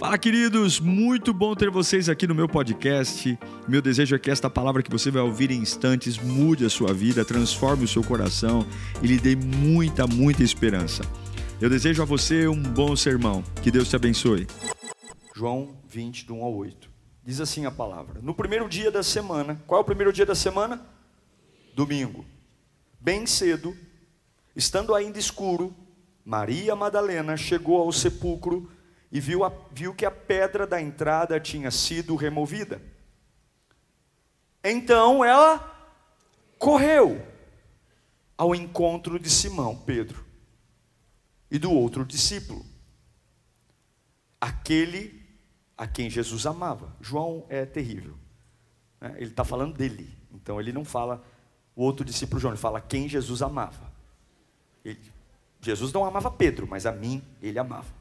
Fala, queridos, muito bom ter vocês aqui no meu podcast. Meu desejo é que esta palavra que você vai ouvir em instantes mude a sua vida, transforme o seu coração e lhe dê muita esperança. Eu desejo a você um bom sermão. Que Deus te abençoe. João 20, do 1 ao 8. Diz assim a palavra: no primeiro dia da semana. Qual é o primeiro dia da semana? Domingo. Bem cedo, estando ainda escuro, Maria Madalena chegou ao sepulcro e viu que a pedra da entrada tinha sido removida. Então ela correu ao encontro de Simão Pedro e do outro discípulo, aquele a quem Jesus amava. João é terrível, né? Ele está falando dele, então ele não fala o outro discípulo João, ele fala quem Jesus amava. Jesus não amava Pedro, mas a mim ele amava.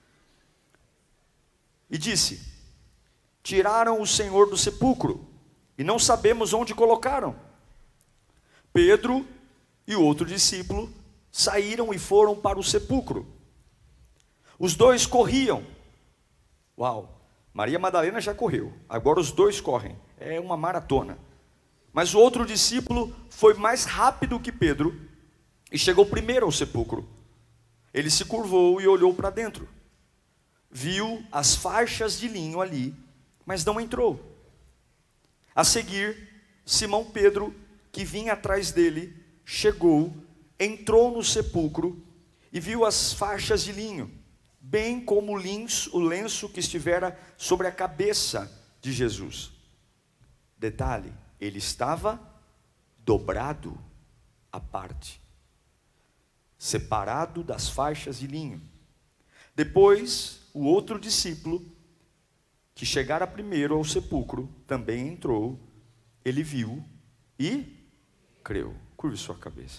E disse: tiraram o Senhor do sepulcro e não sabemos onde colocaram. Pedro e o outro discípulo saíram e foram para o sepulcro. Os dois corriam. Uau, Maria Madalena já correu, agora os dois correm, é uma maratona. Mas o outro discípulo foi mais rápido que Pedro e chegou primeiro ao sepulcro. Ele se curvou e olhou para dentro. Viu as faixas de linho ali, mas não entrou. A seguir, Simão Pedro, que vinha atrás dele, chegou, entrou no sepulcro e viu as faixas de linho, bem como o lenço que estivera sobre a cabeça de Jesus. Detalhe, ele estava dobrado à parte, separado das faixas de linho. Depois, o outro discípulo, que chegara primeiro ao sepulcro, também entrou. Ele viu e creu. Curve sua cabeça.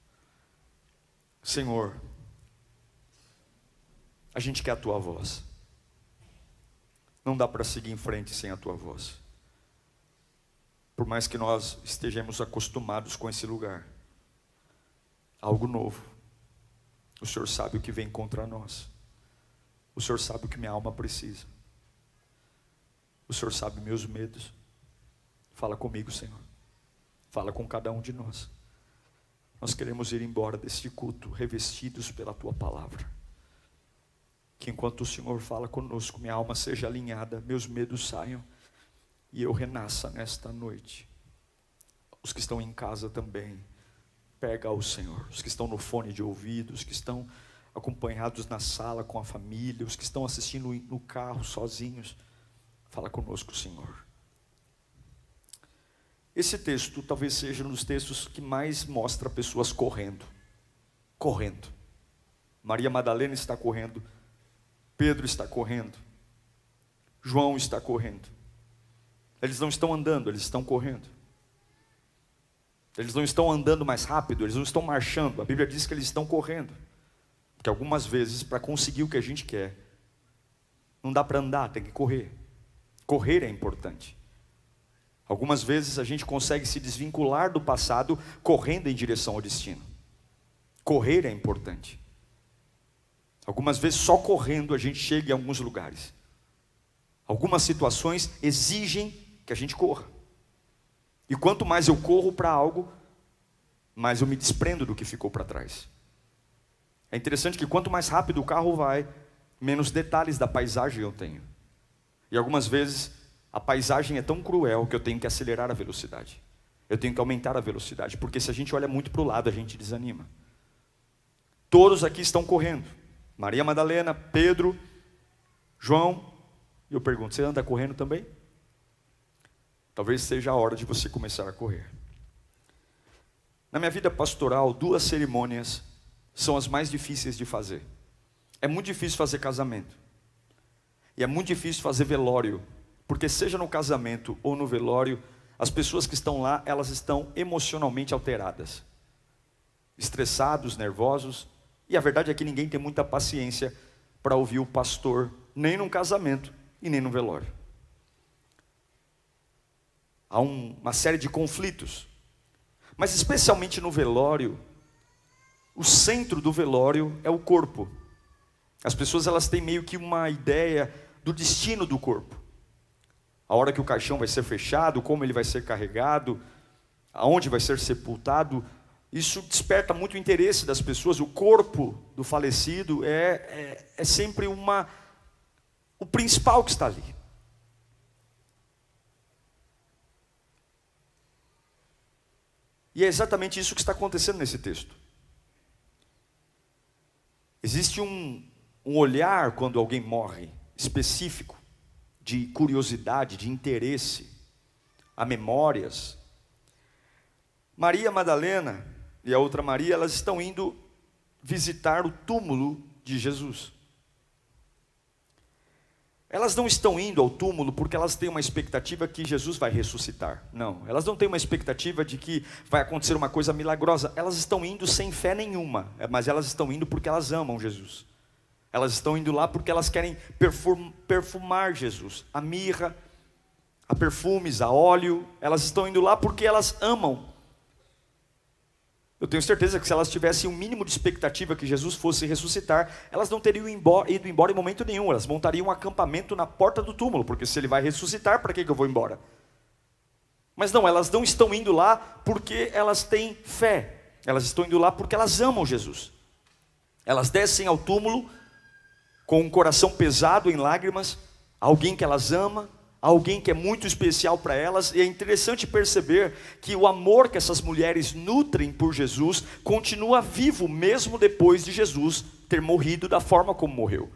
Senhor, a gente quer a tua voz. Não dá para seguir em frente sem a tua voz. Por mais que nós estejamos acostumados com esse lugar, algo novo. O Senhor sabe o que vem contra nós. O Senhor sabe o que minha alma precisa. O Senhor sabe meus medos. Fala comigo, Senhor. Fala com cada um de nós. Nós queremos ir embora deste culto revestidos pela tua palavra. Que enquanto o Senhor fala conosco, minha alma seja alinhada, meus medos saiam e eu renasça nesta noite. Os que estão em casa também, pega ao Senhor. Os que estão no fone de ouvido, os que estão acompanhados na sala com a família, os que estão assistindo no carro sozinhos, fala conosco, Senhor. Esse texto talvez seja um dos textos que mais mostra pessoas correndo. Maria Madalena está correndo, Pedro está correndo, João está correndo. Eles não estão andando, eles estão correndo. Eles não estão andando mais rápido, eles não estão marchando. A Bíblia diz que eles estão correndo. Porque algumas vezes, para conseguir o que a gente quer, não dá para andar, tem que correr. Correr é importante. Algumas vezes a gente consegue se desvincular do passado, correndo em direção ao destino. Correr é importante. Algumas vezes só correndo a gente chega em alguns lugares. Algumas situações exigem que a gente corra. E quanto mais eu corro para algo, mais eu me desprendo do que ficou para trás. É interessante que quanto mais rápido o carro vai, menos detalhes da paisagem eu tenho. E algumas vezes a paisagem é tão cruel que eu tenho que acelerar a velocidade. Eu tenho que aumentar a velocidade, porque se a gente olha muito para o lado, a gente desanima. Todos aqui estão correndo. Maria Madalena, Pedro, João. E eu pergunto, você anda correndo também? Talvez seja a hora de você começar a correr. Na minha vida pastoral, 2 cerimônias são as mais difíceis de fazer. É muito difícil fazer casamento. E é muito difícil fazer velório. Porque seja no casamento ou no velório, as pessoas que estão lá, elas estão emocionalmente alteradas. Estressados, nervosos. E a verdade é que ninguém tem muita paciência para ouvir o pastor, nem num casamento e nem no velório. Há uma série de conflitos. Mas especialmente no velório, o centro do velório é o corpo. As pessoas elas têm meio que uma ideia do destino do corpo. A hora que o caixão vai ser fechado, como ele vai ser carregado, aonde vai ser sepultado. Isso desperta muito o interesse das pessoas. O corpo do falecido é sempre o principal que está ali. E é exatamente isso que está acontecendo nesse texto. Existe um olhar quando alguém morre, específico, de curiosidade, de interesse, a memórias. Maria Madalena e a outra Maria, elas estão indo visitar o túmulo de Jesus. Elas não estão indo ao túmulo porque elas têm uma expectativa que Jesus vai ressuscitar. Não, elas não têm uma expectativa de que vai acontecer uma coisa milagrosa. Elas estão indo sem fé nenhuma, mas elas estão indo porque elas amam Jesus. Elas estão indo lá porque elas querem perfumar Jesus. A mirra, a perfumes, a óleo. Elas estão indo lá porque elas amam. Eu tenho certeza que se elas tivessem um mínimo de expectativa que Jesus fosse ressuscitar, elas não teriam ido embora em momento nenhum. Elas montariam um acampamento na porta do túmulo, porque se ele vai ressuscitar, para que eu vou embora? Mas não, elas não estão indo lá porque elas têm fé. Elas estão indo lá porque elas amam Jesus. Elas descem ao túmulo com um coração pesado em lágrimas, alguém que elas amam, alguém que é muito especial para elas. E é interessante perceber que o amor que essas mulheres nutrem por Jesus continua vivo mesmo depois de Jesus ter morrido da forma como morreu.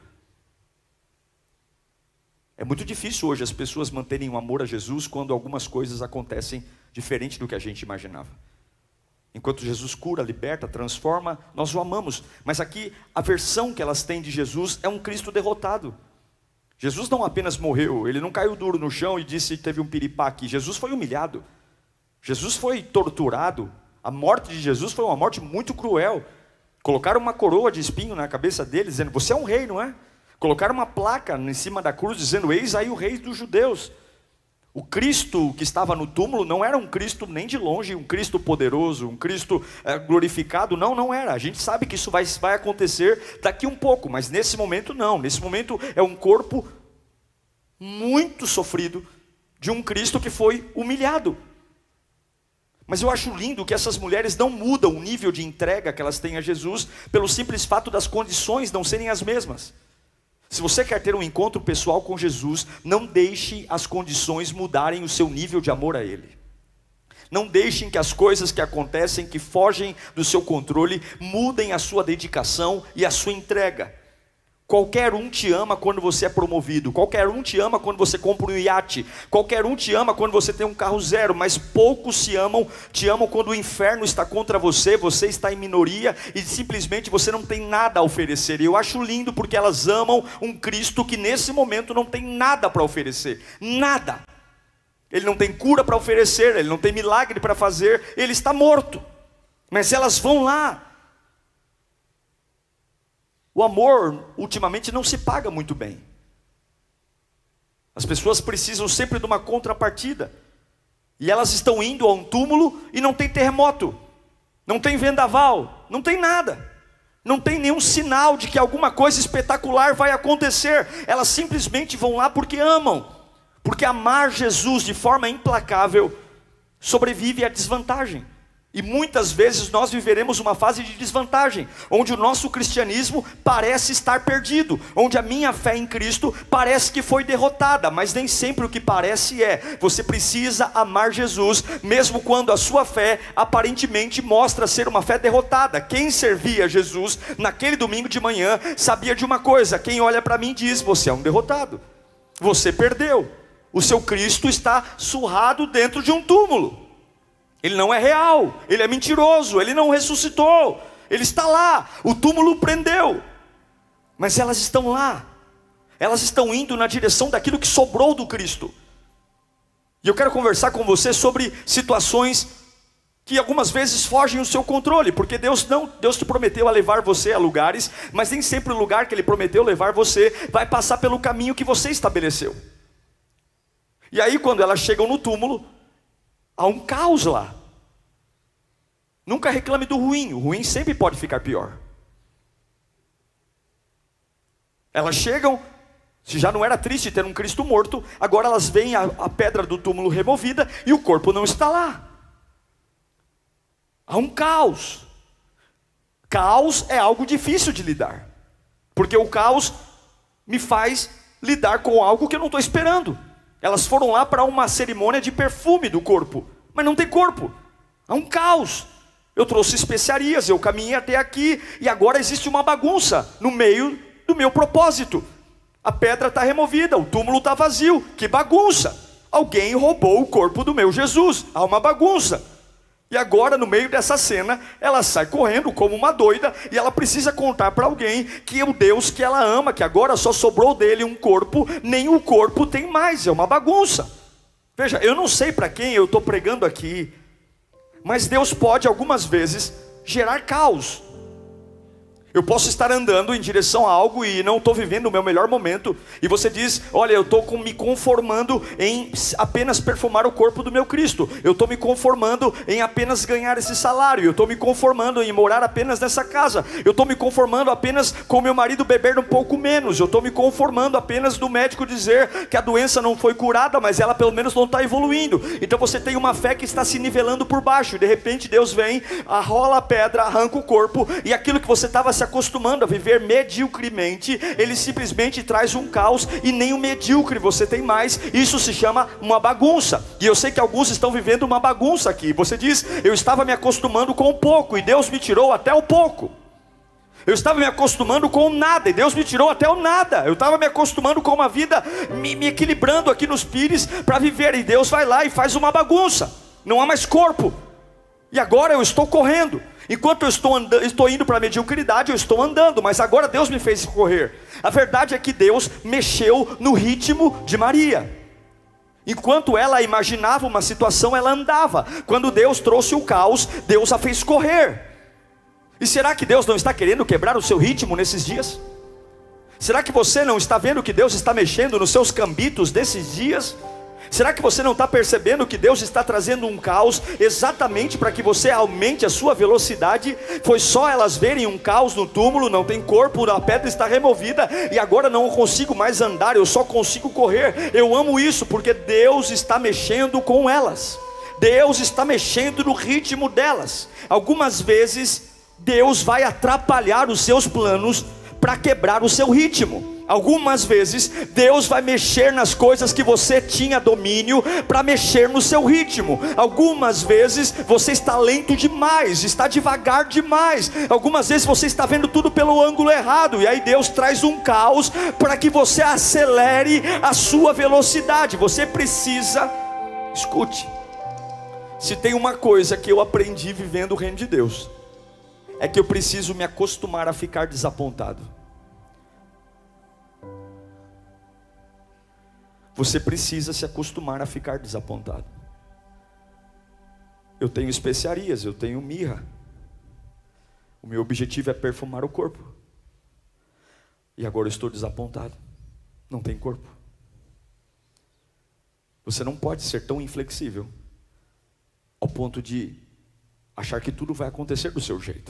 É muito difícil hoje as pessoas manterem um amor a Jesus quando algumas coisas acontecem diferente do que a gente imaginava. Enquanto Jesus cura, liberta, transforma, nós o amamos. Mas aqui a versão que elas têm de Jesus é um Cristo derrotado. Jesus não apenas morreu, ele não caiu duro no chão e disse que teve um piripaque. Jesus foi humilhado, Jesus foi torturado. A morte de Jesus foi uma morte muito cruel. Colocaram uma coroa de espinho na cabeça dele, dizendo: você é um rei, não é? Colocaram uma placa em cima da cruz, dizendo: eis aí o rei dos judeus. O Cristo que estava no túmulo não era um Cristo nem de longe, um Cristo poderoso, um Cristo glorificado. Não era. A gente sabe que isso vai acontecer daqui um pouco, mas nesse momento não. Nesse momento é um corpo muito sofrido de um Cristo que foi humilhado. Mas eu acho lindo que essas mulheres não mudam o nível de entrega que elas têm a Jesus pelo simples fato das condições não serem as mesmas. Se você quer ter um encontro pessoal com Jesus, não deixe as condições mudarem o seu nível de amor a Ele. Não deixem que as coisas que acontecem, que fogem do seu controle, mudem a sua dedicação e a sua entrega. Qualquer um te ama quando você é promovido. Qualquer um te ama quando você compra um iate. Qualquer um te ama quando você tem um carro zero. Mas poucos te amam quando o inferno está contra você. Você está em minoria e simplesmente você não tem nada a oferecer. E eu acho lindo porque elas amam um Cristo que nesse momento não tem nada para oferecer. Nada. Ele não tem cura para oferecer. Ele não tem milagre para fazer. Ele está morto. Mas elas vão lá. O amor, ultimamente, não se paga muito bem. As pessoas precisam sempre de uma contrapartida. E elas estão indo a um túmulo e não tem terremoto, não tem vendaval, não tem nada. Não tem nenhum sinal de que alguma coisa espetacular vai acontecer. Elas simplesmente vão lá porque amam. Porque amar Jesus de forma implacável sobrevive à desvantagem. E muitas vezes nós viveremos uma fase de desvantagem, onde o nosso cristianismo parece estar perdido, onde a minha fé em Cristo parece que foi derrotada, mas nem sempre o que parece é. Você precisa amar Jesus, mesmo quando a sua fé aparentemente mostra ser uma fé derrotada. Quem servia Jesus naquele domingo de manhã sabia de uma coisa: quem olha para mim diz: você é um derrotado, você perdeu, o seu Cristo está surrado dentro de um túmulo. Ele não é real, ele é mentiroso, ele não ressuscitou, ele está lá, o túmulo prendeu. Mas elas estão lá, elas estão indo na direção daquilo que sobrou do Cristo. E eu quero conversar com você sobre situações que algumas vezes fogem do seu controle, porque Deus te prometeu a levar você a lugares, mas nem sempre o lugar que Ele prometeu levar você vai passar pelo caminho que você estabeleceu. E aí quando elas chegam no túmulo, há um caos lá. Nunca reclame do ruim, o ruim sempre pode ficar pior. Elas chegam Se já não era triste ter um Cristo morto, agora elas veem a pedra do túmulo removida e o corpo não está lá. Há um caos. Caos é algo difícil de lidar, porque o caos me faz lidar com algo que eu não estou esperando. Elas foram lá para uma cerimônia de perfume do corpo, mas não tem corpo. Há um caos. Eu trouxe especiarias, eu caminhei até aqui, e agora existe uma bagunça no meio do meu propósito. A pedra está removida, o túmulo está vazio. Que bagunça! Alguém roubou o corpo do meu Jesus. Há uma bagunça. E agora, no meio dessa cena, ela sai correndo como uma doida, e ela precisa contar para alguém que o Deus que ela ama, que agora só sobrou dele um corpo, nem o corpo tem mais. É uma bagunça. Veja, eu não sei para quem eu estou pregando aqui, mas Deus pode algumas vezes gerar caos. Eu posso estar andando em direção a algo e não estou vivendo o meu melhor momento, e você diz: olha, eu estou me conformando em apenas perfumar o corpo do meu Cristo, eu estou me conformando em apenas ganhar esse salário, eu estou me conformando em morar apenas nessa casa, eu estou me conformando apenas com meu marido beber um pouco menos, eu estou me conformando apenas do médico dizer que a doença não foi curada, mas ela pelo menos não está evoluindo. Então você tem uma fé que está se nivelando por baixo, e de repente Deus vem, arrola a pedra, arranca o corpo, e aquilo que você estava se acostumando a viver mediocremente, Ele simplesmente traz um caos, e nem o medíocre você tem mais. Isso se chama uma bagunça, e eu sei que alguns estão vivendo uma bagunça aqui. Você diz: eu estava me acostumando com o pouco, e Deus me tirou até o pouco. Eu estava me acostumando com o nada, e Deus me tirou até o nada. Eu estava me acostumando com uma vida, me equilibrando aqui nos pires para viver, e Deus vai lá e faz uma bagunça. Não há mais corpo, e agora eu estou correndo. Enquanto eu estou indo para a mediocridade, eu estou andando, mas agora Deus me fez correr. A verdade é que Deus mexeu no ritmo de Maria. Enquanto ela imaginava uma situação, ela andava. Quando Deus trouxe o caos, Deus a fez correr. E será que Deus não está querendo quebrar o seu ritmo nesses dias? Será que você não está vendo que Deus está mexendo nos seus cambitos desses dias? Será que você não está percebendo que Deus está trazendo um caos exatamente para que você aumente a sua velocidade? Foi só elas verem um caos no túmulo, não tem corpo, a pedra está removida, e agora não consigo mais andar, eu só consigo correr. Eu amo isso, porque Deus está mexendo com elas. Deus está mexendo no ritmo delas. Algumas vezes Deus vai atrapalhar os seus planos para quebrar o seu ritmo. Algumas vezes Deus vai mexer nas coisas que você tinha domínio para mexer no seu ritmo. Algumas vezes você está lento demais, está devagar demais. Algumas vezes você está vendo tudo pelo ângulo errado, e aí Deus traz um caos para que você acelere a sua velocidade. Você precisa, escute, se tem uma coisa que eu aprendi vivendo o reino de Deus, é que eu preciso me acostumar a ficar desapontado. Você precisa se acostumar a ficar desapontado. Eu tenho especiarias, eu tenho mirra. O meu objetivo é perfumar o corpo. E agora eu estou desapontado. Não tem corpo. Você não pode ser tão inflexível ao ponto de achar que tudo vai acontecer do seu jeito.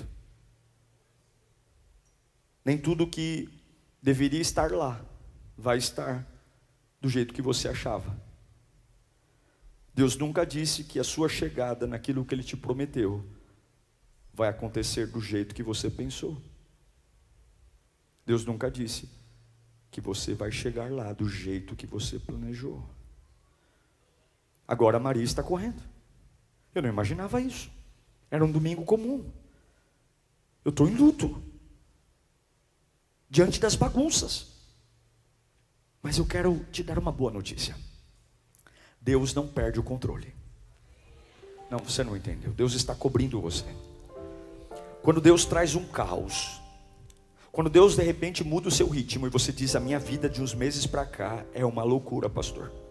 Nem tudo que deveria estar lá vai estar do jeito que você achava. Deus nunca disse que a sua chegada naquilo que Ele te prometeu vai acontecer do jeito que você pensou. Deus nunca disse que você vai chegar lá do jeito que você planejou. Agora Maria está correndo. Eu não imaginava isso. Era um domingo comum. Eu estou em luto diante das bagunças. Mas eu quero te dar uma boa notícia. Deus não perde o controle. Não, você não entendeu. Deus está cobrindo você. Quando Deus traz um caos, quando Deus de repente muda o seu ritmo, e você diz: a minha vida de uns meses para cá é uma loucura, pastor.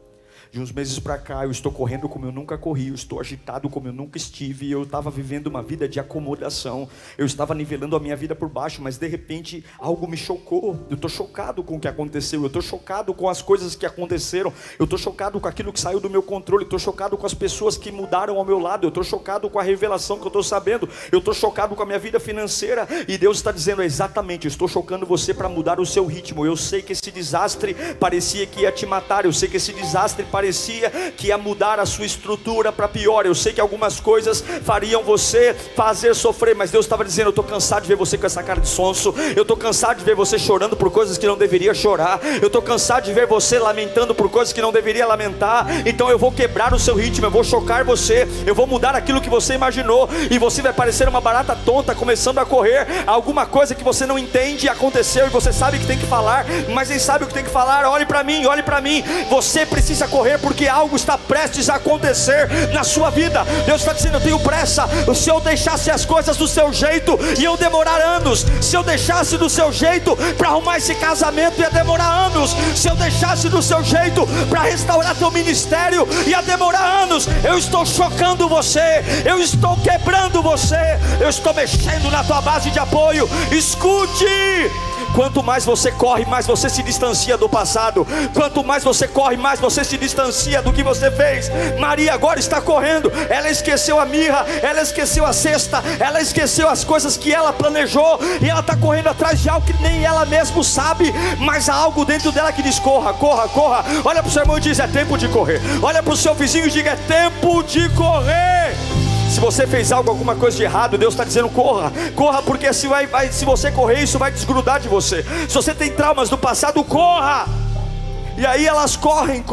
De uns meses para cá eu estou correndo como eu nunca corri, eu estou agitado como eu nunca estive. Eu estava vivendo uma vida de acomodação, eu estava nivelando a minha vida por baixo, mas de repente algo me chocou. Eu estou chocado com o que aconteceu, eu estou chocado com as coisas que aconteceram, eu estou chocado com aquilo que saiu do meu controle, estou chocado com as pessoas que mudaram ao meu lado, eu estou chocado com a revelação que eu estou sabendo, eu estou chocado com a minha vida financeira. E Deus está dizendo exatamente, eu estou chocando você para mudar o seu ritmo. Eu sei que esse desastre parecia que ia te matar, eu sei que esse desastre parecia que ia mudar a sua estrutura para pior, eu sei que algumas coisas fariam você fazer sofrer, mas Deus estava dizendo, eu estou cansado de ver você com essa cara de sonso, eu estou cansado de ver você chorando por coisas que não deveria chorar, eu estou cansado de ver você lamentando por coisas que não deveria lamentar. Então eu vou quebrar o seu ritmo, eu vou chocar você, eu vou mudar aquilo que você imaginou, e você vai parecer uma barata tonta começando a correr. Alguma coisa que você não entende aconteceu, e você sabe que tem que falar, mas nem sabe o que tem que falar. Olhe para mim, você precisa correr, porque algo está prestes a acontecer na sua vida. Deus está dizendo, eu tenho pressa. Se eu deixasse as coisas do seu jeito, iam demorar anos. Se eu deixasse do seu jeito para arrumar esse casamento, ia demorar anos. Se eu deixasse do seu jeito para restaurar teu ministério, ia demorar anos. Eu estou chocando você, eu estou quebrando você, eu estou mexendo na tua base de apoio. Escute: quanto mais você corre, mais você se distancia do passado. Quanto mais você corre, mais você se distancia do que você fez. Maria agora está correndo, ela esqueceu a mirra, ela esqueceu a cesta, ela esqueceu as coisas que ela planejou, e ela está correndo atrás de algo que nem ela mesma sabe, mas há algo dentro dela que diz, corra, corra, corra. Olha para o seu irmão e diz, é tempo de correr. Olha para o seu vizinho e diga, é tempo de correr. Se você fez alguma coisa de errado, Deus está dizendo, corra, corra, porque se você correr, isso vai desgrudar de você. Se você tem traumas do passado, corra. E aí elas correm.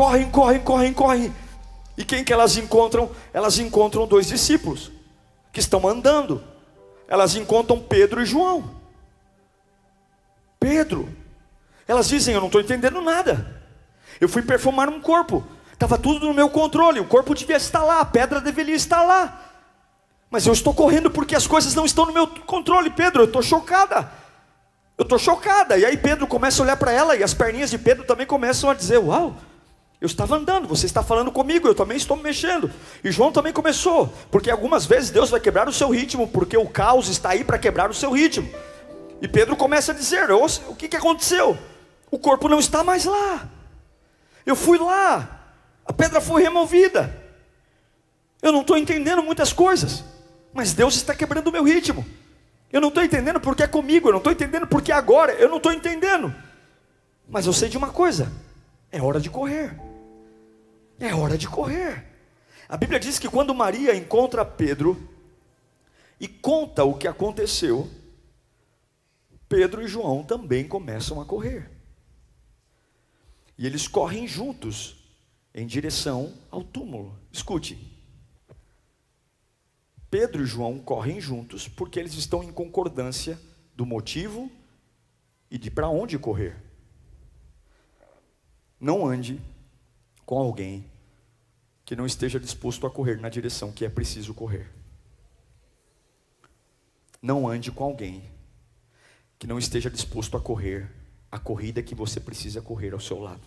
E quem que elas encontram? Elas encontram 2 discípulos que estão andando. Elas encontram Pedro e João. Pedro, elas dizem, eu não estou entendendo nada. Eu fui perfumar um corpo, estava tudo no meu controle, o corpo devia estar lá, a pedra deveria estar lá, mas eu estou correndo porque as coisas não estão no meu controle. Pedro, eu estou chocada. E aí Pedro começa a olhar para ela, e as perninhas de Pedro também começam a dizer, uau, eu estava andando, você está falando comigo, eu também estou me mexendo. E João também começou, porque algumas vezes Deus vai quebrar o seu ritmo, porque o caos está aí para quebrar o seu ritmo. E Pedro começa a dizer, o que aconteceu? O corpo não está mais lá, eu fui lá, a pedra foi removida, eu não estou entendendo muitas coisas, mas Deus está quebrando o meu ritmo. Eu não estou entendendo porque é comigo, eu não estou entendendo porque agora, eu não estou entendendo. Mas eu sei de uma coisa, é hora de correr. É hora de correr. A Bíblia diz que quando Maria encontra Pedro e conta o que aconteceu, Pedro e João também começam a correr. E eles correm juntos em direção ao túmulo. Escute. Pedro e João correm juntos porque eles estão em concordância do motivo e de para onde correr. Não ande com alguém que não esteja disposto a correr na direção que é preciso correr. Não ande com alguém que não esteja disposto a correr a corrida que você precisa correr ao seu lado.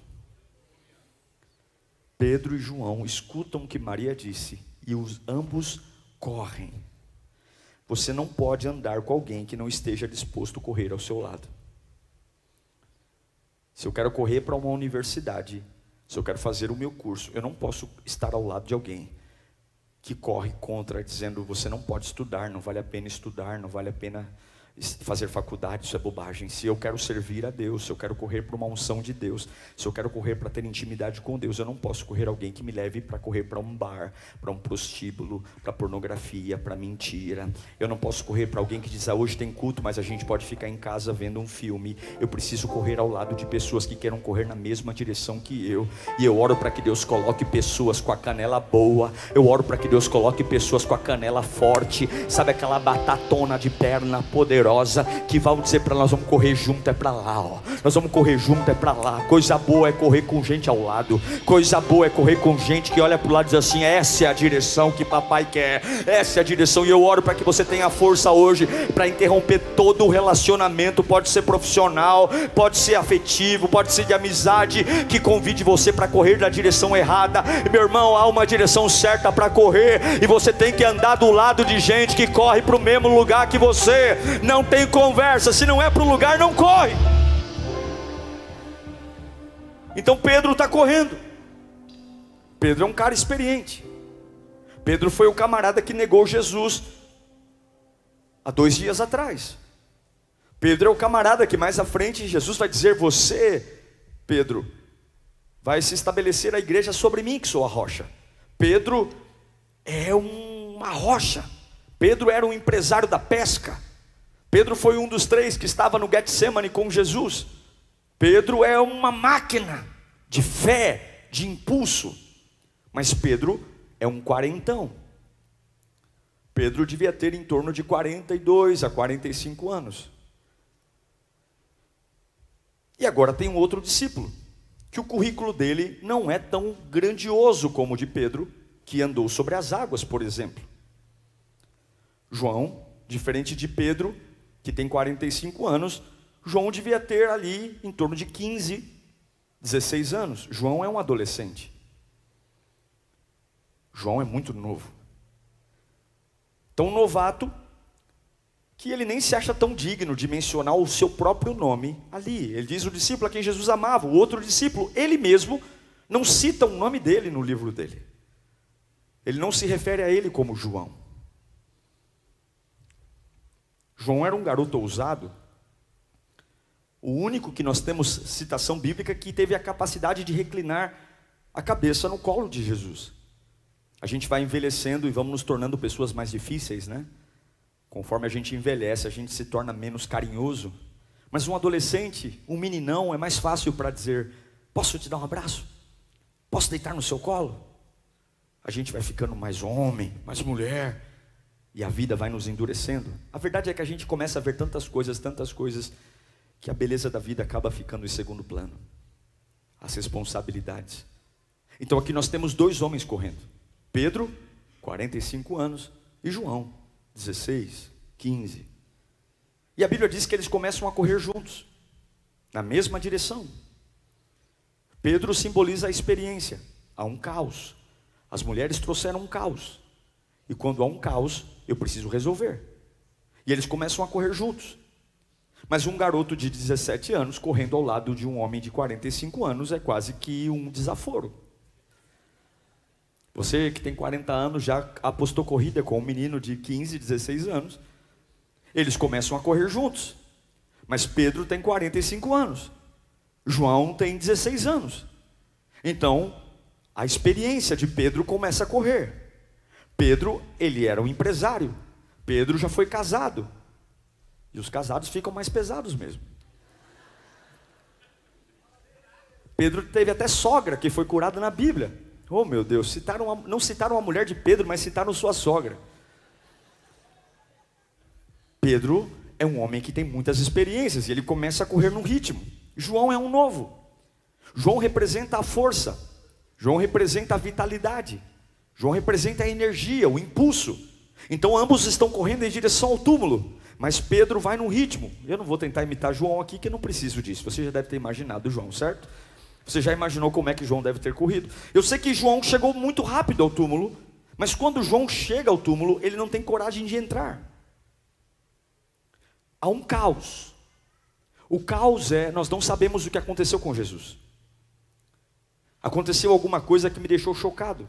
Pedro e João escutam o que Maria disse e ambos correm. Você não pode andar com alguém que não esteja disposto a correr ao seu lado. Se eu quero correr para uma universidade, se eu quero fazer o meu curso, eu não posso estar ao lado de alguém que corre contra, dizendo, você não pode estudar, não vale a pena estudar, não vale a pena fazer faculdade, isso é bobagem. Se eu quero servir a Deus, se eu quero correr para uma unção de Deus, se eu quero correr para ter intimidade com Deus, eu não posso correr alguém que me leve para correr para um bar, para um prostíbulo, para pornografia, para mentira. Eu não posso correr para alguém que diz, hoje tem culto, mas a gente pode ficar em casa vendo um filme. Eu preciso correr ao lado de pessoas que queiram correr na mesma direção que eu. E eu oro para que Deus coloque pessoas com a canela boa, eu oro para que Deus coloque pessoas com a canela forte, sabe aquela batatona de perna poderosa, poderosa que vão dizer para nós: vamos correr junto, é para lá, ó. Nós vamos correr junto, é para lá. Coisa boa é correr com gente ao lado. Coisa boa é correr com gente que olha para o lado e diz assim: essa é a direção que papai quer, essa é a direção. E eu oro para que você tenha força hoje para interromper todo o relacionamento, pode ser profissional, pode ser afetivo, pode ser de amizade, que convide você para correr na direção errada. Meu irmão, há uma direção certa para correr, e você tem que andar do lado de gente que corre para o mesmo lugar que você. Não tem conversa, se não é para o lugar, não corre. Então Pedro está correndo. Pedro é um cara experiente. Pedro foi o camarada que negou Jesus há 2 dias atrás. Pedro é o camarada que mais à frente Jesus vai dizer: você, Pedro, vai se estabelecer a igreja sobre mim, que sou a rocha. Pedro é uma rocha. Pedro era um empresário da pesca. Pedro foi um dos 3 que estava no Getsemane com Jesus. Pedro é uma máquina de fé, de impulso. Mas Pedro é um quarentão. Pedro devia ter em torno de 42 a 45 anos. E agora tem um outro discípulo, que o currículo dele não é tão grandioso como o de Pedro, que andou sobre as águas, por exemplo. João, diferente de Pedro, que tem 45 anos, João devia ter ali em torno de 15, 16 anos. João é um adolescente. João é muito novo. Tão novato que ele nem se acha tão digno de mencionar o seu próprio nome ali. Ele diz: o discípulo a quem Jesus amava. O outro discípulo, ele mesmo, não cita o nome dele no livro dele. Ele não se refere a ele como João. João era um garoto ousado. O único que nós temos citação bíblica que teve a capacidade de reclinar a cabeça no colo de Jesus. A gente vai envelhecendo e vamos nos tornando pessoas mais difíceis, né? Conforme a gente envelhece, a gente se torna menos carinhoso. Mas um adolescente, um meninão, é mais fácil para dizer: posso te dar um abraço? Posso deitar no seu colo? A gente vai ficando mais homem, mais mulher, e a vida vai nos endurecendo. A verdade é que a gente começa a ver tantas coisas, que a beleza da vida acaba ficando em segundo plano. As responsabilidades. Então aqui nós temos 2 homens correndo. Pedro, 45 anos, e João, 16, 15. E a Bíblia diz que eles começam a correr juntos, na mesma direção. Pedro simboliza a experiência. Há um caos. As mulheres trouxeram um caos. E quando há um caos, eu preciso resolver. E eles começam a correr juntos. Mas um garoto de 17 anos correndo ao lado de um homem de 45 anos é quase que um desaforo. Você que tem 40 anos já apostou corrida com um menino de 15, 16 anos. Eles começam a correr juntos. Mas Pedro tem 45 anos. João tem 16 anos. Então, a experiência de Pedro começa a correr. Pedro, ele era um empresário. Pedro já foi casado. E os casados ficam mais pesados mesmo. Pedro teve até sogra que foi curada na Bíblia. Oh meu Deus, não citaram a mulher de Pedro, mas citaram sua sogra. Pedro é um homem que tem muitas experiências, e ele começa a correr no ritmo. João é um novo. João representa a força. João representa a vitalidade. João representa a energia, o impulso. Então ambos estão correndo em direção ao túmulo, mas Pedro vai no ritmo. Eu não vou tentar imitar João aqui, que eu não preciso disso. Você já deve ter imaginado João, certo? Você já imaginou como é que João deve ter corrido? Eu sei que João chegou muito rápido ao túmulo, mas quando João chega ao túmulo, ele não tem coragem de entrar. Há um caos. O caos é, nós não sabemos o que aconteceu com Jesus. Aconteceu alguma coisa que me deixou chocado.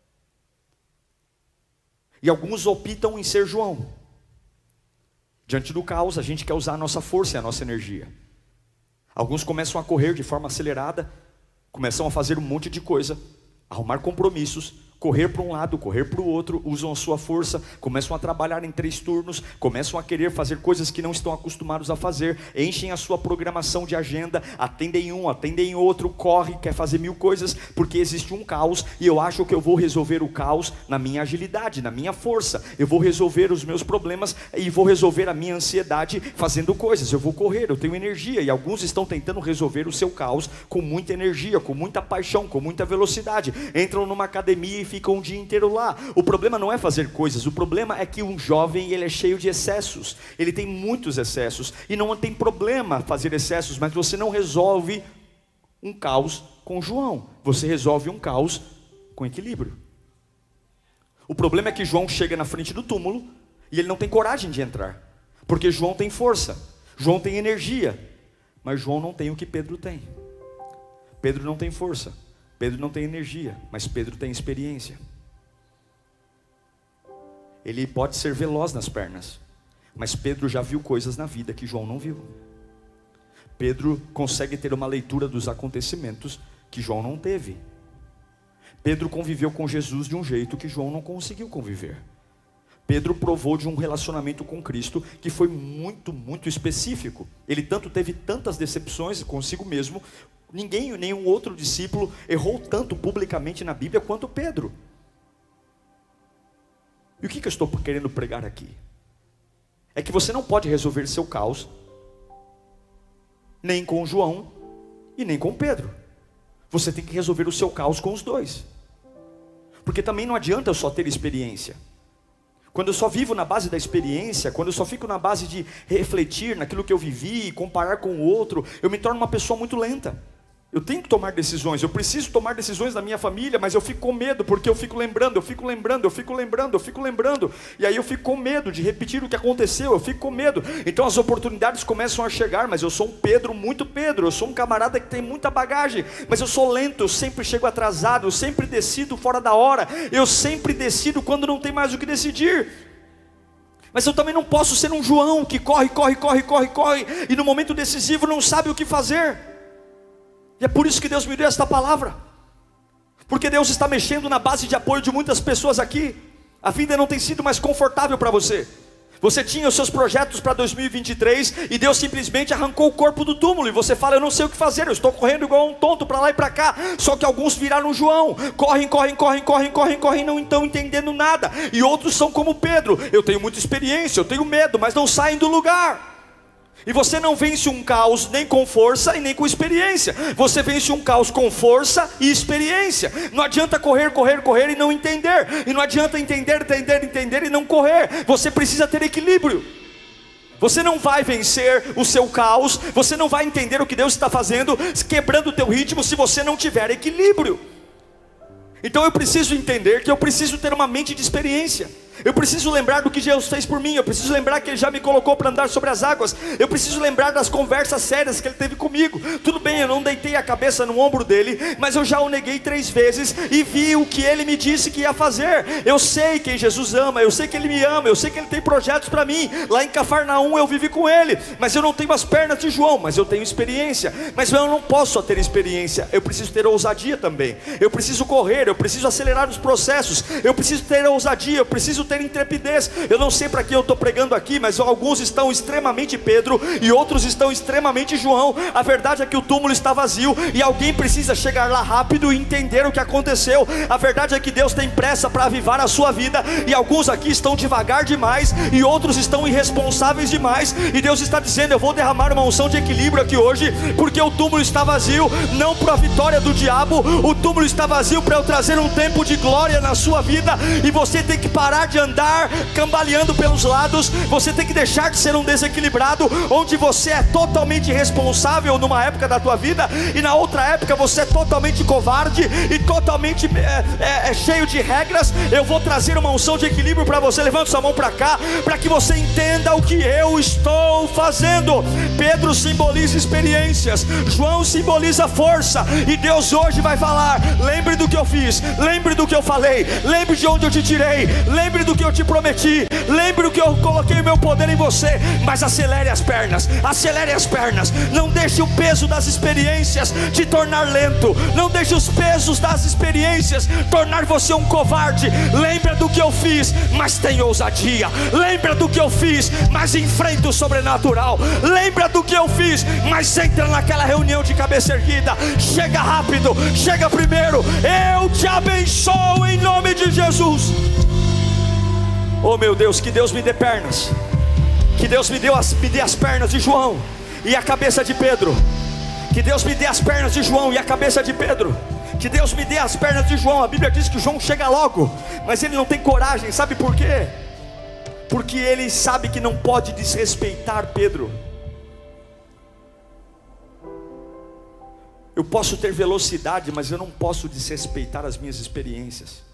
E alguns optam em ser João. Diante do caos, a gente quer usar a nossa força e a nossa energia. Alguns começam a correr de forma acelerada, começam a fazer um monte de coisa, arrumar compromissos, correr para um lado, correr para o outro, usam a sua força, começam a trabalhar em 3 turnos, começam a querer fazer coisas que não estão acostumados a fazer, enchem a sua programação de agenda, atendem um, atendem outro, corre, quer fazer 1000 coisas, porque existe um caos, e eu acho que eu vou resolver o caos na minha agilidade, na minha força, eu vou resolver os meus problemas, e vou resolver a minha ansiedade fazendo coisas, eu vou correr, eu tenho energia, e alguns estão tentando resolver o seu caos com muita energia, com muita paixão, com muita velocidade, entram numa academia e ficam um dia inteiro lá. O problema não é fazer coisas, o problema é que um jovem, ele é cheio de excessos, ele tem muitos excessos, e não tem problema fazer excessos, mas você não resolve um caos com João, você resolve um caos com equilíbrio. O problema é que João chega na frente do túmulo, e ele não tem coragem de entrar, porque João tem força, João tem energia, mas João não tem o que Pedro tem. Pedro não tem força, Pedro não tem energia, mas Pedro tem experiência. Ele pode ser veloz nas pernas, mas Pedro já viu coisas na vida que João não viu. Pedro consegue ter uma leitura dos acontecimentos que João não teve. Pedro conviveu com Jesus de um jeito que João não conseguiu conviver. Pedro provou de um relacionamento com Cristo que foi muito, muito específico. Ele teve tantas decepções consigo mesmo. Nenhum outro discípulo errou tanto publicamente na Bíblia quanto Pedro. E o que eu estou querendo pregar aqui? É que você não pode resolver seu caos nem com João e nem com Pedro. Você tem que resolver o seu caos com os dois. Porque também não adianta eu só ter experiência. Quando eu só vivo na base da experiência, quando eu só fico na base de refletir naquilo que eu vivi e comparar com o outro, eu me torno uma pessoa muito lenta. Eu tenho que tomar decisões, eu preciso tomar decisões na minha família, mas eu fico com medo, porque eu fico lembrando, e aí eu fico com medo de repetir o que aconteceu, eu fico com medo, então as oportunidades começam a chegar, mas eu sou um Pedro, muito Pedro, eu sou um camarada que tem muita bagagem, mas eu sou lento, eu sempre chego atrasado, eu sempre decido fora da hora, eu sempre decido quando não tem mais o que decidir. Mas eu também não posso ser um João que corre, e no momento decisivo não sabe o que fazer. E é por isso que Deus me deu esta palavra, porque Deus está mexendo na base de apoio de muitas pessoas aqui. A vida não tem sido mais confortável para você. Você tinha os seus projetos para 2023 e Deus simplesmente arrancou o corpo do túmulo, e você fala: eu não sei o que fazer, eu estou correndo igual um tonto para lá e para cá. Só que alguns viraram João, correm, não estão entendendo nada. E outros são como Pedro: eu tenho muita experiência, eu tenho medo, mas não saem do lugar. E você não vence um caos nem com força e nem com experiência. Você vence um caos com força e experiência. Não adianta correr e não entender. E não adianta entender e não correr. Você precisa ter equilíbrio. Você não vai vencer o seu caos, você não vai entender o que Deus está fazendo, quebrando o teu ritmo, se você não tiver equilíbrio. Então eu preciso entender que eu preciso ter uma mente de experiência. Eu preciso lembrar do que Jesus fez por mim. Eu preciso lembrar que Ele já me colocou para andar sobre as águas. Eu preciso lembrar das conversas sérias que Ele teve comigo. Tudo bem, eu não deitei a cabeça no ombro dele, mas eu já o neguei 3 vezes e vi o que Ele me disse que ia fazer. Eu sei quem Jesus ama, eu sei que Ele me ama, eu sei que Ele tem projetos para mim. Lá em Cafarnaum eu vivi com Ele, mas eu não tenho as pernas de João, mas eu tenho experiência. Mas eu não posso só ter experiência, eu preciso ter ousadia também. Eu preciso correr, eu preciso acelerar os processos, eu preciso ter ousadia, eu preciso ter intrepidez. Eu não sei para que eu estou pregando aqui, mas alguns estão extremamente Pedro e outros estão extremamente João. A verdade é que o túmulo está vazio e alguém precisa chegar lá rápido e entender o que aconteceu. A verdade é que Deus tem pressa para avivar a sua vida, e alguns aqui estão devagar demais e outros estão irresponsáveis demais, e Deus está dizendo: eu vou derramar uma unção de equilíbrio aqui hoje, porque o túmulo está vazio, não para a vitória do diabo, o túmulo está vazio para eu trazer um tempo de glória na sua vida. E você tem que parar de andar cambaleando pelos lados. Você tem que deixar de ser um desequilibrado, onde você é totalmente irresponsável numa época da tua vida, e na outra época você é totalmente covarde e totalmente cheio de regras. Eu vou trazer uma unção de equilíbrio para você. Levante sua mão para cá, para que você entenda o que eu estou fazendo. Pedro simboliza experiências, João simboliza força, e Deus hoje vai falar: lembre do que eu fiz, lembre do que eu falei, lembre de onde eu te tirei, lembre lembre do que eu te prometi, lembre do que eu coloquei o meu poder em você, mas acelere as pernas, não deixe o peso das experiências te tornar lento, não deixe os pesos das experiências tornar você um covarde. Lembra do que eu fiz, mas tenha ousadia. Lembra do que eu fiz, mas enfrenta o sobrenatural. Lembra do que eu fiz, mas entra naquela reunião de cabeça erguida. Chega rápido, chega primeiro. Eu te abençoo em nome de Jesus. Oh meu Deus, que Deus me dê pernas, que Deus me dê as pernas de João e a cabeça de Pedro. Que Deus me dê as pernas de João e a cabeça de Pedro. Que Deus me dê as pernas de João. A Bíblia diz que João chega logo, mas ele não tem coragem. Sabe por quê? Porque ele sabe que não pode desrespeitar Pedro. Eu posso ter velocidade, mas eu não posso desrespeitar as minhas experiências.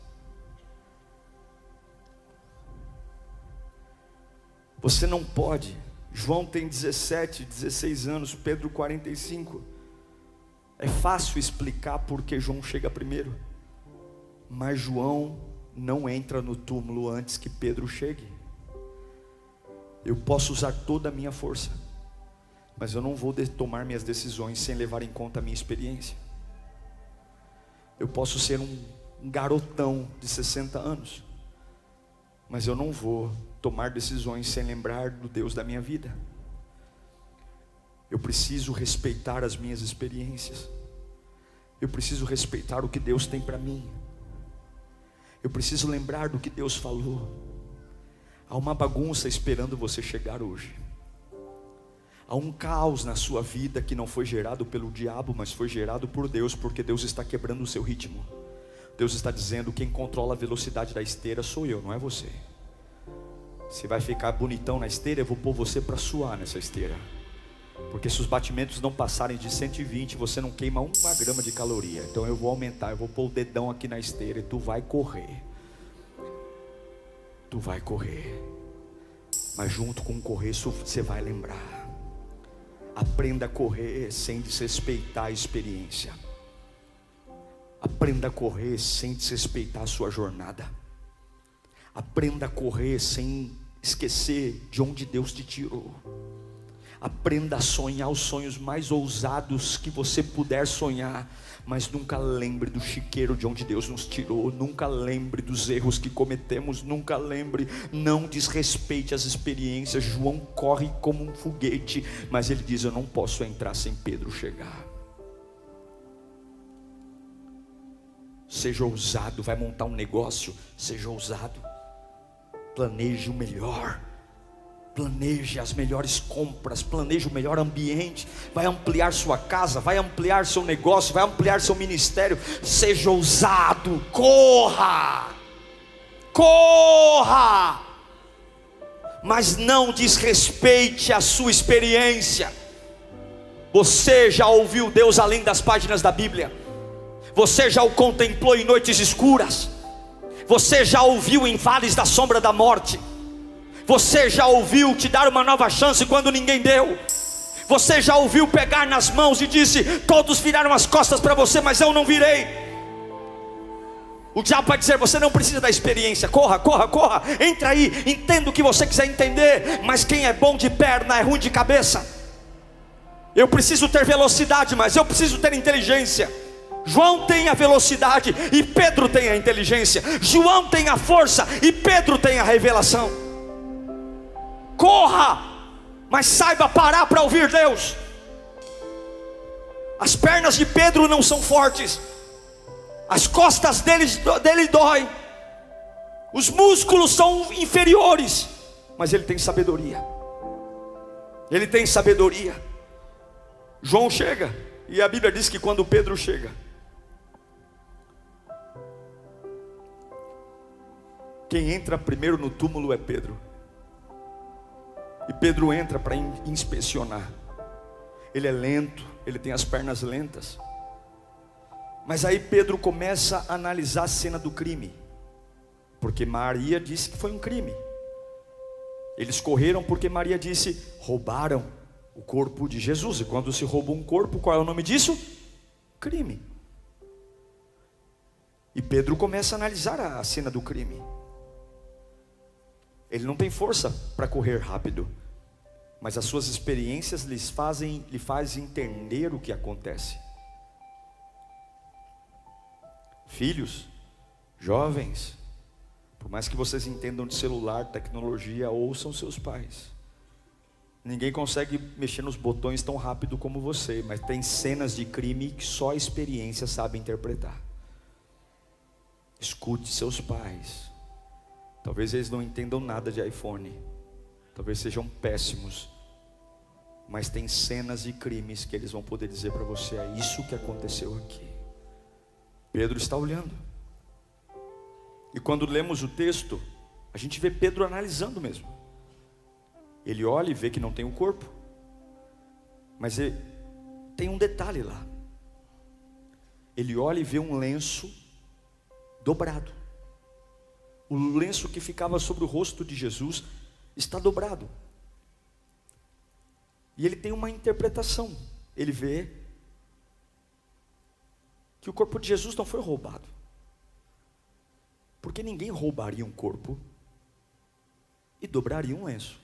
Você não pode. João tem 17, 16 anos, Pedro 45. É fácil explicar porque João chega primeiro, mas João não entra no túmulo antes que Pedro chegue. Eu posso usar toda a minha força, mas eu não vou tomar minhas decisões sem levar em conta a minha experiência. Eu posso ser um garotão de 60 anos, mas eu não vou tomar decisões sem lembrar do Deus da minha vida. Eu preciso respeitar as minhas experiências. Eu preciso respeitar o que Deus tem para mim. Eu preciso lembrar do que Deus falou. Há uma bagunça esperando você chegar hoje. Há um caos na sua vida que não foi gerado pelo diabo, mas foi gerado por Deus, porque Deus está quebrando o seu ritmo. Deus está dizendo: quem controla a velocidade da esteira sou eu, não é você. Você vai ficar bonitão na esteira, eu vou pôr você para suar nessa esteira. Porque se os batimentos não passarem de 120, você não queima 1 grama de caloria. Então eu vou aumentar, eu vou pôr o dedão aqui na esteira e tu vai correr. Tu vai correr. Mas junto com o correr, você vai lembrar. Aprenda a correr sem desrespeitar a experiência. Aprenda a correr sem desrespeitar a sua jornada. Aprenda a correr sem esquecer de onde Deus te tirou. Aprenda a sonhar os sonhos mais ousados que você puder sonhar, mas nunca lembre do chiqueiro de onde Deus nos tirou. Nunca lembre dos erros que cometemos. Nunca lembre, não desrespeite as experiências. João corre como um foguete, mas ele diz: eu não posso entrar sem Pedro chegar. Seja ousado. Vai montar um negócio, seja ousado. Planeje o melhor, planeje as melhores compras, planeje o melhor ambiente. Vai ampliar sua casa, vai ampliar seu negócio, vai ampliar seu ministério. Seja ousado, corra, corra, mas não desrespeite a sua experiência. Você já ouviu Deus além das páginas da Bíblia? Você já o contemplou em noites escuras? Você já ouviu em vales da sombra da morte? Você já ouviu te dar uma nova chance quando ninguém deu? Você já ouviu pegar nas mãos e disse: todos viraram as costas para você, mas eu não virei? O diabo vai dizer: você não precisa da experiência. Corra, corra, corra, entra aí, entenda o que você quiser entender. Mas quem é bom de perna é ruim de cabeça. Eu preciso ter velocidade, mas eu preciso ter inteligência. João tem a velocidade e Pedro tem a inteligência. João tem a força e Pedro tem a revelação. Corra, mas saiba parar para ouvir Deus. As pernas de Pedro não são fortes, as costas dele dói, os músculos são inferiores, mas ele tem sabedoria. Ele tem sabedoria. João chega, e a Bíblia diz que quando Pedro chega, quem entra primeiro no túmulo é Pedro. E Pedro entra para inspecionar. Ele é lento, ele tem as pernas lentas. Mas aí Pedro começa a analisar a cena do crime, porque Maria disse que foi um crime. Eles correram porque Maria disse: roubaram o corpo de Jesus. E quando se rouba um corpo, qual é o nome disso? Crime. E Pedro começa a analisar a cena do crime. Ele não tem força para correr rápido, mas as suas experiências lhe fazem entender o que acontece. Filhos, jovens, por mais que vocês entendam de celular, tecnologia, ouçam seus pais. Ninguém consegue mexer nos botões tão rápido como você, mas tem cenas de crime que só a experiência sabe interpretar. Escute seus pais. Talvez eles não entendam nada de iPhone, talvez sejam péssimos, mas tem cenas de crimes que eles vão poder dizer para você: é isso que aconteceu aqui. Pedro está olhando, e quando lemos o texto, a gente vê Pedro analisando mesmo. Ele olha e vê que não tem um corpo, mas tem um detalhe lá. Ele olha e vê um lenço dobrado. O lenço que ficava sobre o rosto de Jesus está dobrado. E ele tem uma interpretação. Ele vê que o corpo de Jesus não foi roubado, porque ninguém roubaria um corpo e dobraria um lenço.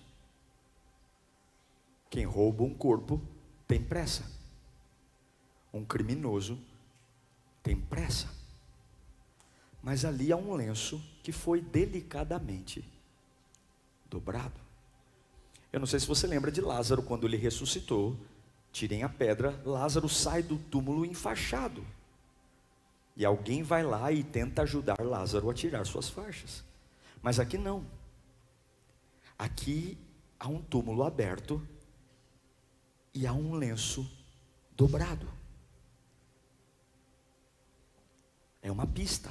Quem rouba um corpo tem pressa. Um criminoso tem pressa. Mas ali há um lenço que foi delicadamente dobrado. Eu não sei se você lembra de Lázaro, quando ele ressuscitou. Tirem a pedra, Lázaro sai do túmulo enfaixado. E alguém vai lá e tenta ajudar Lázaro a tirar suas faixas. Mas aqui não. Aqui há um túmulo aberto e há um lenço dobrado. É uma pista.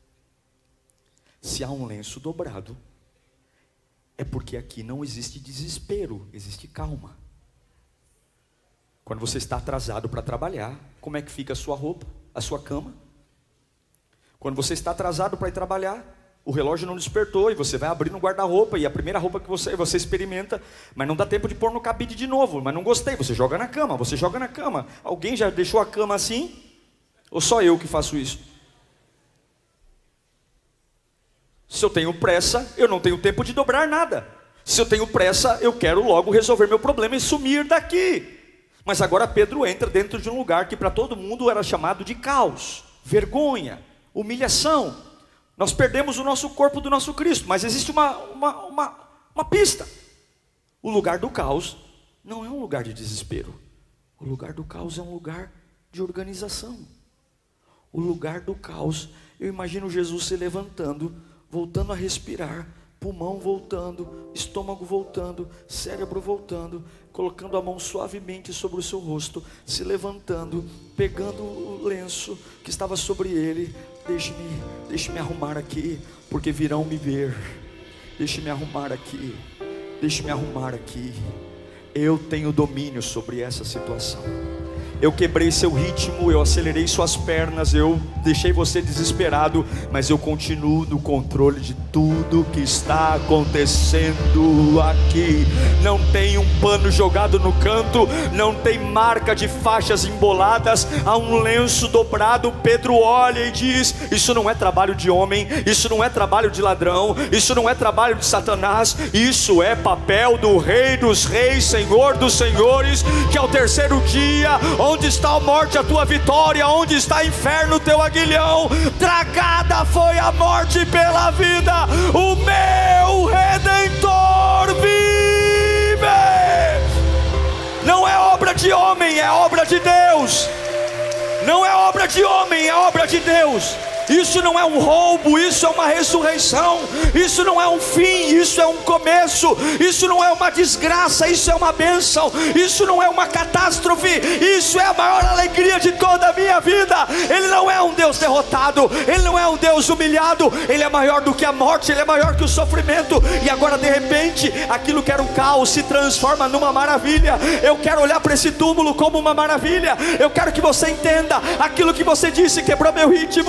Se há um lenço dobrado, é porque aqui não existe desespero, existe calma. Quando você está atrasado para trabalhar, como é que fica a sua roupa, a sua cama? Quando você está atrasado para ir trabalhar, o relógio não despertou e você vai abrir no guarda-roupa e a primeira roupa que você experimenta, mas não dá tempo de pôr no cabide de novo, mas não gostei, você joga na cama, Alguém já deixou a cama assim? Ou só eu que faço isso? Se eu tenho pressa, eu não tenho tempo de dobrar nada. Se eu tenho pressa, eu quero logo resolver meu problema e sumir daqui. Mas agora Pedro entra dentro de um lugar que para todo mundo era chamado de caos, vergonha, humilhação. Nós perdemos o nosso corpo do nosso Cristo, mas existe uma pista. O lugar do caos não é um lugar de desespero. O lugar do caos é um lugar de organização. O lugar do caos, eu imagino Jesus se levantando, voltando a respirar, pulmão voltando, estômago voltando, cérebro voltando, colocando a mão suavemente sobre o seu rosto, se levantando, pegando o lenço que estava sobre ele. Deixe-me arrumar aqui, porque virão me ver. Deixe-me arrumar aqui. Eu tenho domínio sobre essa situação. Eu quebrei seu ritmo, eu acelerei suas pernas, eu deixei você desesperado, mas eu continuo no controle de tudo que está acontecendo aqui. Não tem um pano jogado no canto, não tem marca de faixas emboladas, há um lenço dobrado. Pedro olha e diz: isso não é trabalho de homem, isso não é trabalho de ladrão, isso não é trabalho de Satanás, isso é papel do Rei dos Reis, Senhor dos Senhores, que ao terceiro dia, onde está a morte, a tua vitória? Onde está inferno, o teu aguilhão? Tragada foi a morte pela vida, o meu Redentor vive. Não é obra de homem, é obra de Deus. Não é obra de homem, é obra de Deus. Isso não é um roubo, isso é uma ressurreição. Isso não é um fim, isso é um começo. Isso não é uma desgraça, isso é uma bênção. Isso não é uma catástrofe, isso é a maior alegria de toda a minha vida. Ele não é um Deus derrotado, Ele não é um Deus humilhado. Ele é maior do que a morte, Ele é maior que o sofrimento. E agora de repente, aquilo que era um caos se transforma numa maravilha. Eu quero olhar para esse túmulo como uma maravilha. Eu quero que você entenda: aquilo que você disse quebrou meu ritmo, me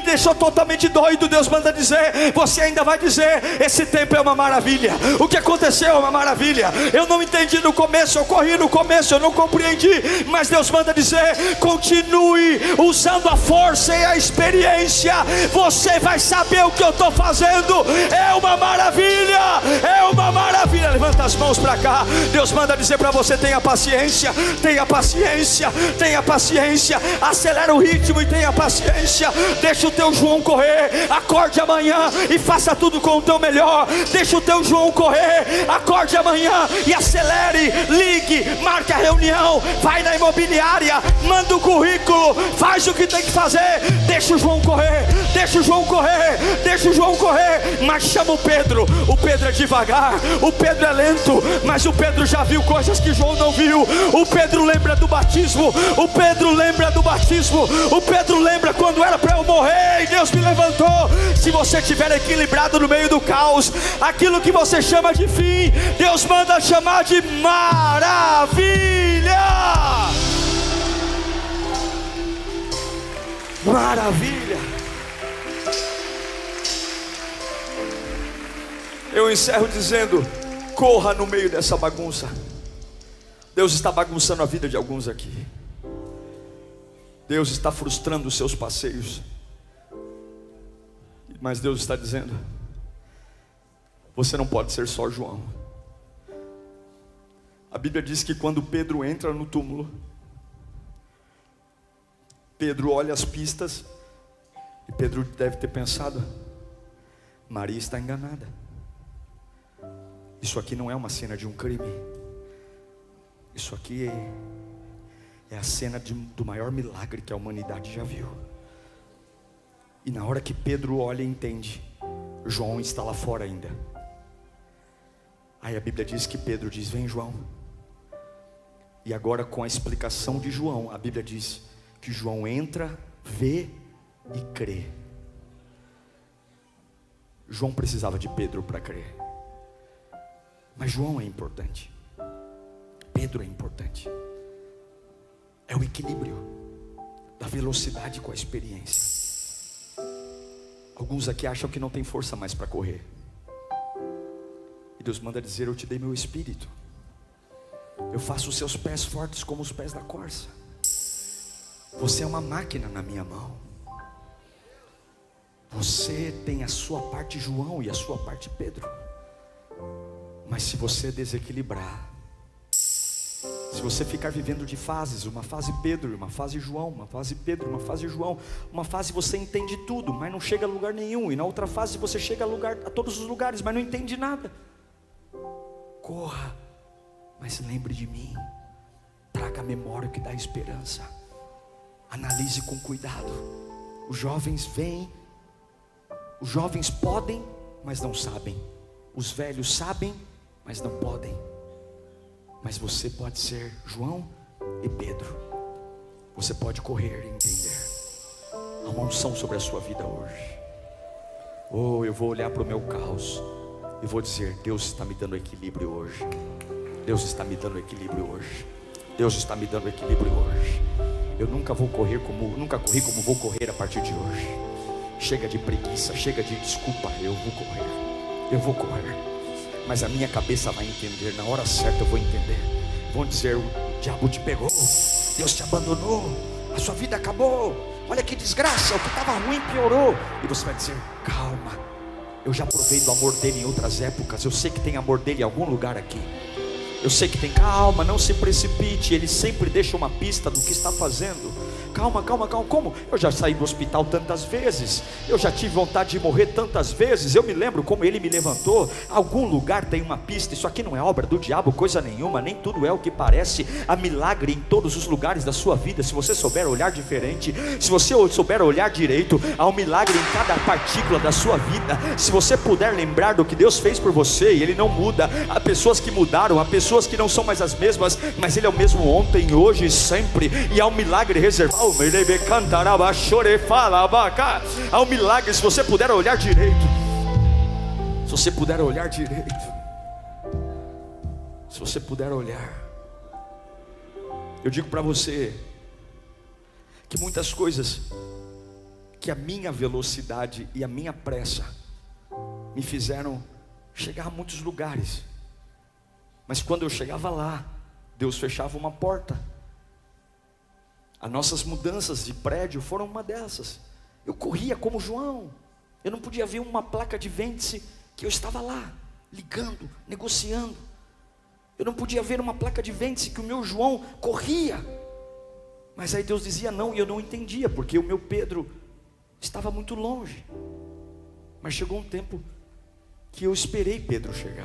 deixou totalmente doido. Deus manda dizer, você ainda vai dizer, esse tempo é uma maravilha, o que aconteceu é uma maravilha. Eu não entendi no começo, eu corri no começo, eu não compreendi, mas Deus manda dizer, continue usando a força e a experiência, você vai saber o que eu estou fazendo. É uma maravilha, é uma maravilha. Levanta as mãos para cá. Deus manda dizer para você, tenha paciência, tenha paciência, tenha paciência, acelera o ritmo e tenha paciência. Deixa o teu João correr, acorde amanhã e faça tudo com o teu melhor. Deixa o teu João correr, acorde amanhã e acelere, ligue, marque a reunião, vai na imobiliária, manda o currículo, faz o que tem que fazer. Deixa o João correr, deixa o João correr, deixa o João correr. Mas chama o Pedro é devagar, o Pedro é lento, mas o Pedro já viu coisas que João não viu. O Pedro lembra do batismo, o Pedro lembra do batismo, o Pedro lembra quando era para eu morrer e Deus me levantou. Se você estiver equilibrado no meio do caos, aquilo que você chama de fim, Deus manda chamar de maravilha. Maravilha. Eu encerro dizendo, corra no meio dessa bagunça. Deus está bagunçando a vida de alguns aqui. Deus está frustrando os seus passeios. Mas Deus está dizendo, você não pode ser só João. A Bíblia diz que quando Pedro entra no túmulo, Pedro olha as pistas, e Pedro deve ter pensado, Maria está enganada. Isso aqui não é uma cena de um crime. Isso aqui é a cena do maior milagre que a humanidade já viu. E na hora que Pedro olha e entende, João está lá fora ainda. Aí a Bíblia diz que Pedro diz, vem João. E agora com a explicação de João, a Bíblia diz que João entra, vê e crê. João precisava de Pedro para crer. Mas João é importante, Pedro é importante. É o equilíbrio da velocidade com a experiência. Alguns aqui acham que não tem força mais para correr, e Deus manda dizer, eu te dei meu espírito, eu faço os seus pés fortes como os pés da corça. Você é uma máquina na minha mão. Você tem a sua parte João e a sua parte Pedro. Mas se você desequilibrar, se você ficar vivendo de fases, uma fase Pedro, uma fase João, uma fase Pedro, uma fase João, uma fase você entende tudo, mas não chega a lugar nenhum, e na outra fase você chega a todos os lugares, mas não entende nada. Corra, mas lembre de mim, traga a memória que dá esperança, analise com cuidado. Os jovens vêm, os jovens podem, mas não sabem. Os velhos sabem, mas não podem. Mas você pode ser João e Pedro. Você pode correr e entender. Há uma unção sobre a sua vida hoje. Oh, eu vou olhar para o meu caos e vou dizer, Deus está me dando equilíbrio hoje. Deus está me dando equilíbrio hoje. Deus está me dando equilíbrio hoje. Eu nunca corri como vou correr a partir de hoje. Chega de preguiça, chega de desculpa. Eu vou correr, eu vou correr. Mas a minha cabeça vai entender, na hora certa eu vou entender. Vão dizer, o diabo te pegou, Deus te abandonou, a sua vida acabou, olha que desgraça, o que estava ruim piorou. E você vai dizer, calma, eu já provei do amor dele em outras épocas, eu sei que tem amor dele em algum lugar aqui. Eu sei que tem, calma, não se precipite, ele sempre deixa uma pista do que está fazendo. Calma, calma, calma, como? Eu já saí do hospital tantas vezes, eu já tive vontade de morrer tantas vezes, eu me lembro como ele me levantou. Algum lugar tem uma pista, isso aqui não é obra do diabo, coisa nenhuma, nem tudo é o que parece. Há milagre em todos os lugares da sua vida, se você souber olhar diferente, se você souber olhar direito, há um milagre em cada partícula da sua vida. Se você puder lembrar do que Deus fez por você, e Ele não muda. Há pessoas que mudaram, há pessoas que não são mais as mesmas, mas Ele é o mesmo ontem, hoje e sempre, e há um milagre reservado. Há um milagre, se você puder olhar direito. Se você puder olhar direito. Se você puder olhar. Eu digo para você que muitas coisas que a minha velocidade e a minha pressa me fizeram chegar a muitos lugares, mas quando eu chegava lá, Deus fechava uma porta. As nossas mudanças de prédio foram uma dessas. Eu corria como João, eu não podia ver uma placa de vende-se que eu estava lá, ligando, negociando. Eu não podia ver uma placa de vende-se que o meu João corria. Mas aí Deus dizia não, e eu não entendia, porque o meu Pedro estava muito longe. Mas chegou um tempo que eu esperei Pedro chegar.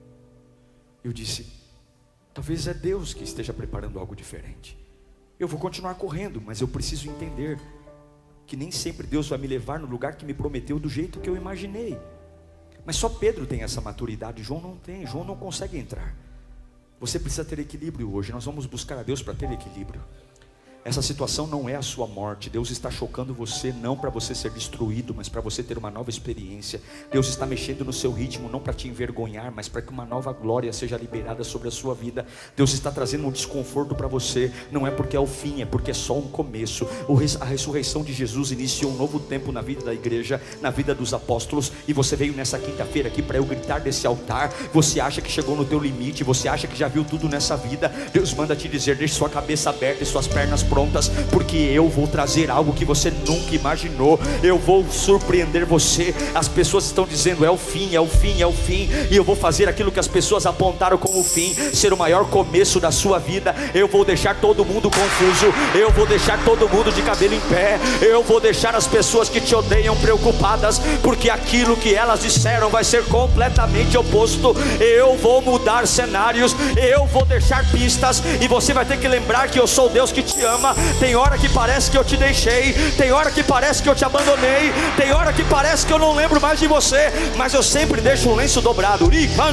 Eu disse, talvez é Deus que esteja preparando algo diferente. Eu vou continuar correndo, mas eu preciso entender que nem sempre Deus vai me levar no lugar que me prometeu do jeito que eu imaginei. Mas só Pedro tem essa maturidade, João não tem, João não consegue entrar. Você precisa ter equilíbrio hoje, nós vamos buscar a Deus para ter equilíbrio. Essa situação não é a sua morte. Deus está chocando você, não para você ser destruído, mas para você ter uma nova experiência. Deus está mexendo no seu ritmo, não para te envergonhar, mas para que uma nova glória seja liberada sobre a sua vida. Deus está trazendo um desconforto para você, não é porque é o fim, é porque é só um começo. A ressurreição de Jesus iniciou um novo tempo na vida da igreja, na vida dos apóstolos, e você veio nessa quinta-feira aqui para eu gritar desse altar. Você acha que chegou no teu limite, você acha que já viu tudo nessa vida. Deus manda te dizer, deixe sua cabeça aberta e suas pernas prontas, porque eu vou trazer algo que você nunca imaginou. Eu vou surpreender você. As pessoas estão dizendo é o fim, é o fim, é o fim, e eu vou fazer aquilo que as pessoas apontaram como o fim, ser o maior começo da sua vida. Eu vou deixar todo mundo confuso, eu vou deixar todo mundo de cabelo em pé, eu vou deixar as pessoas que te odeiam preocupadas, porque aquilo que elas disseram vai ser completamente oposto. Eu vou mudar cenários, eu vou deixar pistas, e você vai ter que lembrar que eu sou o Deus que te ama. Tem hora que parece que eu te deixei, tem hora que parece que eu te abandonei, tem hora que parece que eu não lembro mais de você, mas eu sempre deixo um lenço dobrado.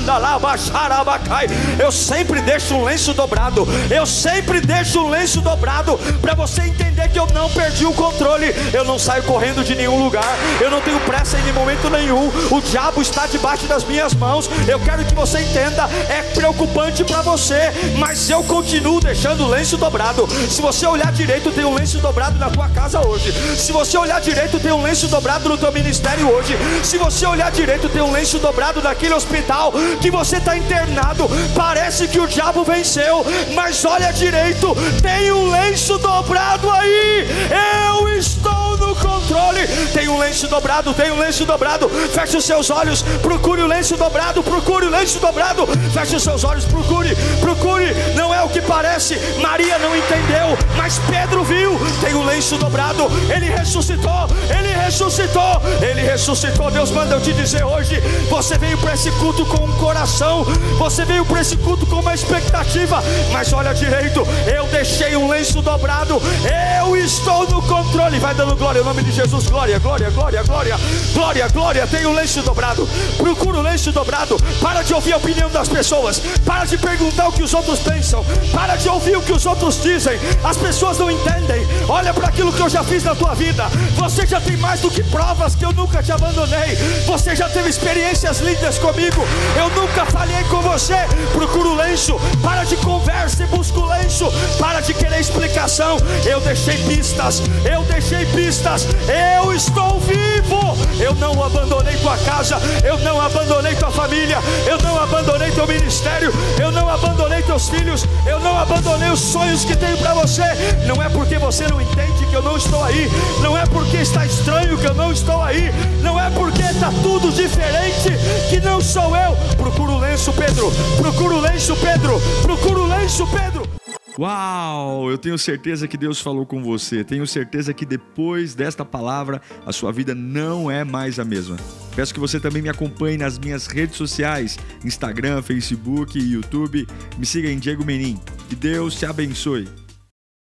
Eu sempre deixo um lenço dobrado, eu sempre deixo um lenço dobrado, para você entender que eu não perdi o controle. Eu não saio correndo de nenhum lugar, eu não tenho pressa em momento nenhum. O diabo está debaixo das minhas mãos. Eu quero que você entenda, é preocupante para você, mas eu continuo deixando o lenço dobrado. Se você olhar direito, tem um lenço dobrado na tua casa hoje. Se você olhar direito, tem um lenço dobrado no teu ministério hoje. Se você olhar direito, tem um lenço dobrado naquele hospital que você está internado. Parece que o diabo venceu, mas olha direito, tem um lenço dobrado aí. Eu estou no controle. Tem um lenço dobrado, tem um lenço dobrado. Feche os seus olhos, procure o lenço dobrado, procure o lenço dobrado. Feche os seus olhos, procure. Não é o que parece. Maria não entendeu, mas Pedro viu. Tem um lenço dobrado. Ele ressuscitou. Deus manda eu te dizer hoje, você veio para esse culto com um coração, você veio para esse culto com uma expectativa, mas olha direito, eu deixei um lenço dobrado. Eu estou no controle. Vai dando glória em nome de Jesus. Glória. Tem um lenço dobrado. Procura o lenço dobrado. Para de ouvir a opinião das pessoas, para de perguntar o que os outros pensam, para de ouvir o que os outros dizem. As pessoas não entendem. Olha para aquilo que eu já fiz na tua vida. Você já tem mais do que provas que eu nunca te abandonei. Você já teve experiências lindas comigo. Eu nunca falhei com você. Procura o lenço. Para de conversa e busca o lenço. Para de querer explicação. Eu deixei pistas. Eu estou vivo. Eu não abandonei tua casa, eu não abandonei tua família, eu não abandonei teu ministério, eu não abandonei teus filhos, eu não abandonei os sonhos que tenho para você. Não é porque você não entende que eu não estou aí, não é porque está estranho que eu não estou aí, não é porque está tudo diferente que não sou eu. Procura o lenço, Pedro. Uau, eu tenho certeza que Deus falou com você. Tenho certeza que depois desta palavra a sua vida não é mais a mesma. Peço que você também me acompanhe nas minhas redes sociais, Instagram, Facebook e YouTube. Me siga em Diego Menin. Que Deus te abençoe.